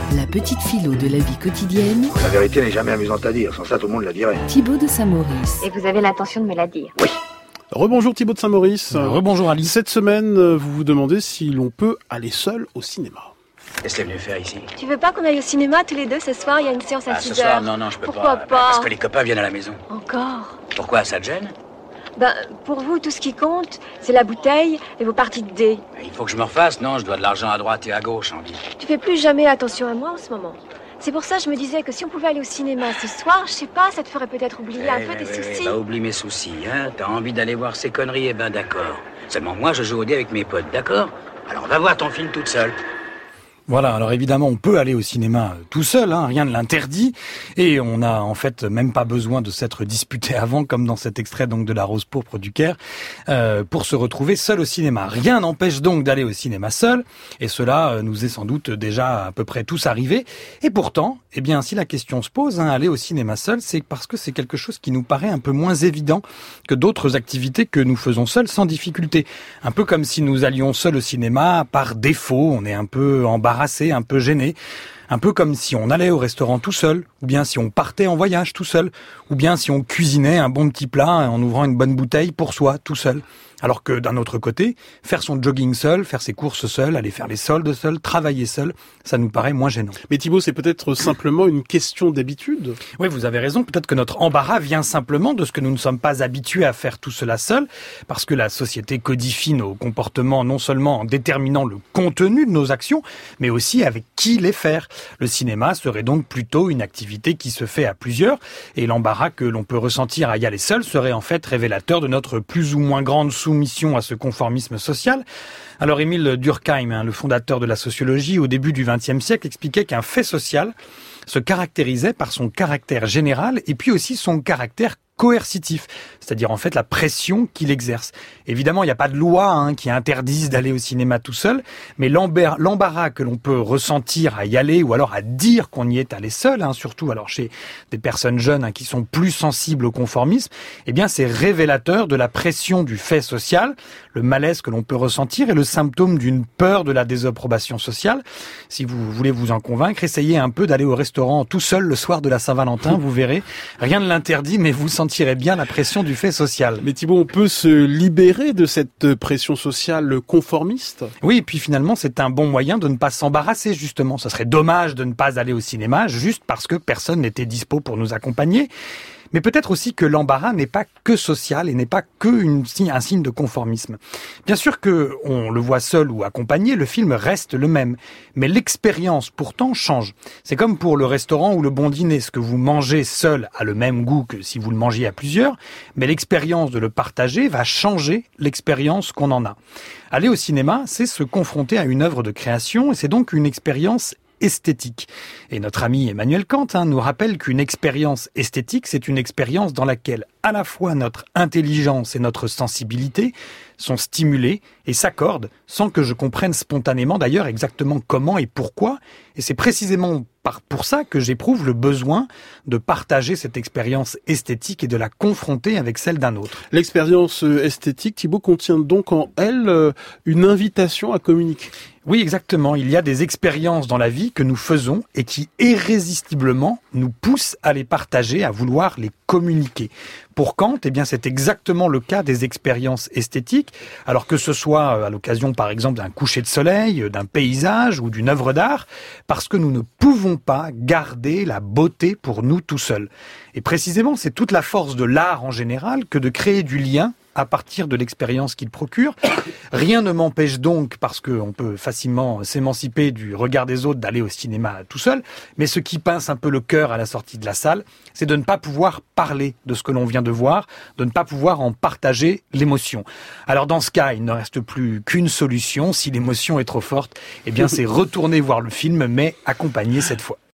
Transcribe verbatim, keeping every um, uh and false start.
La petite philo de la vie quotidienne. La vérité n'est jamais amusante à dire, sans ça tout le monde la dirait. Thibaut de Saint-Maurice. Et vous avez l'intention de me la dire? Oui. Rebonjour Thibaut de Saint-Maurice. Rebonjour Alice. Cette semaine, vous vous demandez si l'on peut aller seul au cinéma. Qu'est-ce qu'elle est venue faire ici? Tu veux pas qu'on aille au cinéma tous les deux ce soir? Il y a une séance à Ah, six ce heures. soir, non, non, je peux Pourquoi pas. pas? Parce que les copains viennent à la maison. Encore? Pourquoi, ça te gêne? Ben, pour vous, tout ce qui compte, c'est la bouteille et vos parties de dés. Il faut que je me refasse, non? Je dois de l'argent à droite et à gauche, Andy. Tu fais plus jamais attention à moi en ce moment. C'est pour ça que je me disais que si on pouvait aller au cinéma ce soir, je sais pas, ça te ferait peut-être oublier Eh, un peu ouais, tes ouais, soucis. ouais, bah, oublie mes soucis, hein? T'as envie d'aller voir ces conneries, eh ben d'accord. Seulement moi, je joue au dé avec mes potes, d'accord? Alors va voir ton film toute seule. Voilà, alors évidemment, on peut aller au cinéma tout seul, hein, rien ne l'interdit, et on n'a en fait même pas besoin de s'être disputé avant, comme dans cet extrait donc de La Rose pourpre du Caire, euh, pour se retrouver seul au cinéma. Rien n'empêche donc d'aller au cinéma seul, et cela euh, nous est sans doute déjà à peu près tous arrivé. Et pourtant, eh bien, si la question se pose, hein, aller au cinéma seul, c'est parce que c'est quelque chose qui nous paraît un peu moins évident que d'autres activités que nous faisons seuls sans difficulté. Un peu comme si nous allions seuls au cinéma par défaut, on est un peu embarrassé, un peu gêné, un peu comme si on allait au restaurant tout seul, ou bien si on partait en voyage tout seul, ou bien si on cuisinait un bon petit plat en ouvrant une bonne bouteille pour soi tout seul. Alors que d'un autre côté, faire son jogging seul, faire ses courses seul, aller faire les soldes seul, travailler seul, ça nous paraît moins gênant. Mais Thibaut, c'est peut-être simplement une question d'habitude. Oui, vous avez raison. Peut-être que notre embarras vient simplement de ce que nous ne sommes pas habitués à faire tout cela seul, parce que la société codifie nos comportements non seulement en déterminant le contenu de nos actions, mais aussi avec qui les faire. Le cinéma serait donc plutôt une activité qui se fait à plusieurs, et l'embarras que l'on peut ressentir à y aller seul serait en fait révélateur de notre plus ou moins grande soumission à ce conformisme social. Alors Émile Durkheim, hein, le fondateur de la sociologie, au début du vingtième siècle, expliquait qu'un fait social se caractérisait par son caractère général et puis aussi son caractère coercitif, c'est-à-dire en fait la pression qu'il exerce. Évidemment, il n'y a pas de loi hein, qui interdise d'aller au cinéma tout seul, mais l'embarras que l'on peut ressentir à y aller ou alors à dire qu'on y est allé seul, hein, surtout alors chez des personnes jeunes hein, qui sont plus sensibles au conformisme, eh bien c'est révélateur de la pression du fait social, le malaise que l'on peut ressentir et le symptôme d'une peur de la désapprobation sociale. Si vous voulez vous en convaincre, essayez un peu d'aller au restaurant tout seul le soir de la Saint-Valentin, vous verrez, rien ne l'interdit, mais vous sentirez bien la pression du fait social. Mais Thibaut, on peut se libérer de cette pression sociale conformiste? Oui, et puis finalement, c'est un bon moyen de ne pas s'embarrasser, justement. Ça serait dommage de ne pas aller au cinéma juste parce que personne n'était dispo pour nous accompagner. Mais peut-être aussi que l'embarras n'est pas que social et n'est pas que une, un signe de conformisme. Bien sûr que on le voit seul ou accompagné, le film reste le même. Mais l'expérience, pourtant, change. C'est comme pour le restaurant ou le bon dîner. Ce que vous mangez seul a le même goût que si vous le mangiez à plusieurs, mais l'expérience de le partager va changer l'expérience qu'on en a. Aller au cinéma, c'est se confronter à une œuvre de création et c'est donc une expérience esthétique. Et notre ami Emmanuel Kant hein, nous rappelle qu'une expérience esthétique, c'est une expérience dans laquelle à la fois notre intelligence et notre sensibilité sont stimulées et s'accordent sans que je comprenne spontanément d'ailleurs exactement comment et pourquoi. Et c'est précisément par, pour ça que j'éprouve le besoin de partager cette expérience esthétique et de la confronter avec celle d'un autre. L'expérience esthétique, Thibaut, contient donc en elle une invitation à communiquer. Oui, exactement. Il y a des expériences dans la vie que nous faisons et qui irrésistiblement nous poussent à les partager, à vouloir les communiquer. Pour Kant, eh bien, c'est exactement le cas des expériences esthétiques, alors que ce soit à l'occasion, par exemple, d'un coucher de soleil, d'un paysage ou d'une œuvre d'art, parce que nous ne pouvons pas garder la beauté pour nous tout seuls. Et précisément, c'est toute la force de l'art en général que de créer du lien à partir de l'expérience qu'il procure. Rien ne m'empêche donc, parce qu'on peut facilement s'émanciper du regard des autres, d'aller au cinéma tout seul, mais ce qui pince un peu le cœur à la sortie de la salle, c'est de ne pas pouvoir parler de ce que l'on vient de voir, de ne pas pouvoir en partager l'émotion. Alors dans ce cas, il ne reste plus qu'une solution, si l'émotion est trop forte, eh bien c'est retourner voir le film, mais accompagné cette fois.